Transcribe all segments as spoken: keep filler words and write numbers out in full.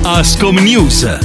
Ascom News.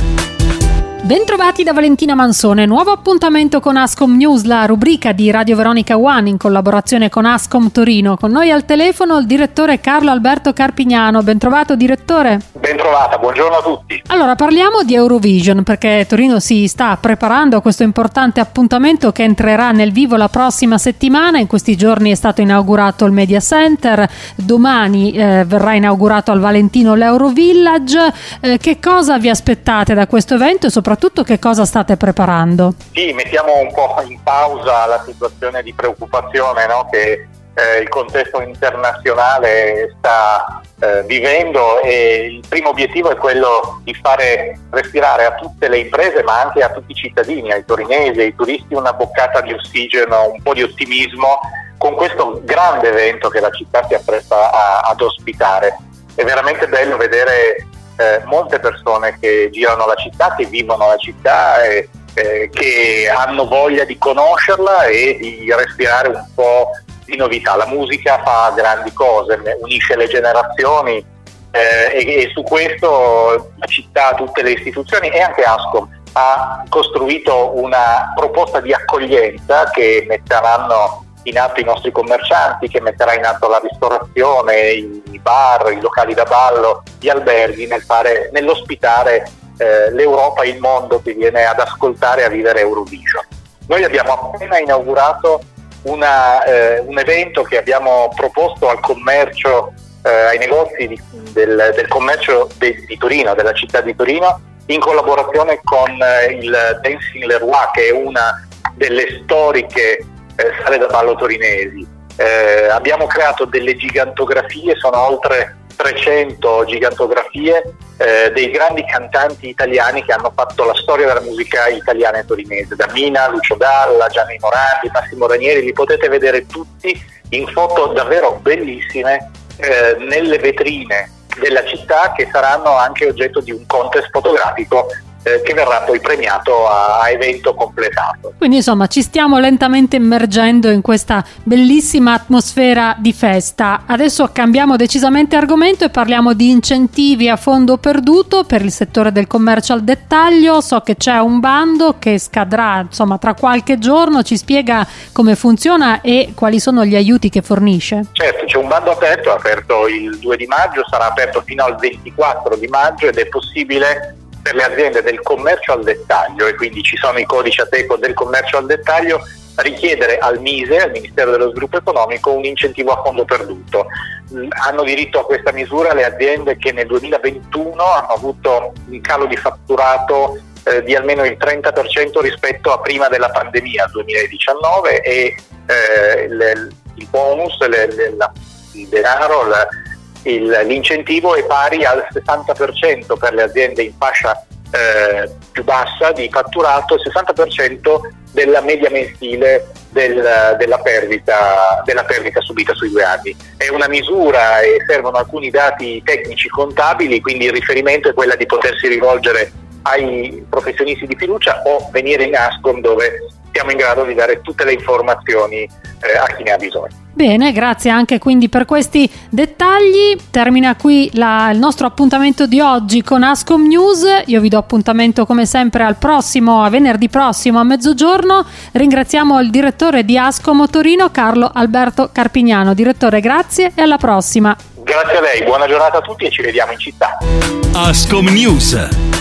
Bentrovati da Valentina Mansone, nuovo appuntamento con Ascom News, la rubrica di Radio Veronica One in collaborazione con Ascom Torino. Con noi al telefono il direttore Carlo Alberto Carpignano. Bentrovato direttore. Bentrovata, buongiorno a tutti. Allora parliamo di Eurovision, perché Torino si sta preparando a questo importante appuntamento che entrerà nel vivo la prossima settimana. In questi giorni è stato inaugurato il Media Center, domani eh, verrà inaugurato al Valentino l'Eurovillage. Eh, che cosa vi aspettate da questo evento e soprattutto Soprattutto che cosa state preparando? Sì, mettiamo un po' in pausa la situazione di preoccupazione, no? che eh, il contesto internazionale sta eh, vivendo, e il primo obiettivo è quello di fare respirare a tutte le imprese ma anche a tutti i cittadini, ai torinesi, ai turisti, una boccata di ossigeno, un po' di ottimismo con questo grande evento che la città si appresta a, ad ospitare. È veramente bello vedere Eh, molte persone che girano la città, che vivono la città, e, eh, che hanno voglia di conoscerla e di respirare un po' di novità. La musica fa grandi cose, unisce le generazioni eh, e, e su questo la città, tutte le istituzioni e anche Ascom ha costruito una proposta di accoglienza che metteranno in atto i nostri commercianti, che metterà in atto la ristorazione, i bar, i locali da ballo, gli alberghi, nel fare, nell'ospitare eh, l'Europa e il mondo che viene ad ascoltare e a vivere Eurovision. Noi abbiamo appena inaugurato una, eh, un evento che abbiamo proposto al commercio, eh, ai negozi di, del, del commercio de, di Torino, della città di Torino, in collaborazione con eh, il Dancing Leroy, che è una delle storiche Eh, sale da ballo torinesi. Eh, abbiamo creato delle gigantografie, sono oltre trecento gigantografie eh, dei grandi cantanti italiani che hanno fatto la storia della musica italiana e torinese, da Mina, Lucio Dalla, Gianni Morandi, Massimo Ranieri. Li potete vedere tutti in foto davvero bellissime eh, nelle vetrine della città, che saranno anche oggetto di un contest fotografico Eh, che verrà poi premiato a, a evento completato. Quindi insomma ci stiamo lentamente immergendo in questa bellissima atmosfera di festa. Adesso cambiamo decisamente argomento e parliamo di incentivi a fondo perduto per il settore del commercio al dettaglio. So che c'è un bando che scadrà insomma tra qualche giorno. Ci spiega come funziona e quali sono gli aiuti che fornisce? Certo, c'è un bando aperto, aperto il due di maggio, sarà aperto fino al ventiquattro di maggio ed è possibile per le aziende del commercio al dettaglio, e quindi ci sono i codici Ateco del commercio al dettaglio, richiedere al MISE, al Ministero dello Sviluppo Economico, un incentivo a fondo perduto. Hanno diritto a questa misura le aziende che nel duemilaventuno hanno avuto un calo di fatturato eh, di almeno il trenta per cento rispetto a prima della pandemia, duemiladiciannove, e eh, il, il bonus, le, le, la, il denaro, la, Il, l'incentivo è pari al sessanta per cento per le aziende in fascia eh, più bassa di fatturato, il sessanta per cento della media mensile del, della, perdita, della perdita subita sui due anni. È una misura e servono alcuni dati tecnici contabili, quindi il riferimento è quella di potersi rivolgere ai professionisti di fiducia o venire in Ascom, dove siamo in grado di dare tutte le informazioni eh, a chi ne ha bisogno. Bene, grazie anche quindi per questi dettagli. Termina qui la, il nostro appuntamento di oggi con Ascom News. Io vi do appuntamento come sempre al prossimo, a venerdì prossimo a mezzogiorno. Ringraziamo il direttore di Ascom Torino, Carlo Alberto Carpignano. Direttore, grazie e alla prossima. Grazie a lei, buona giornata a tutti e ci vediamo in città. Ascom News.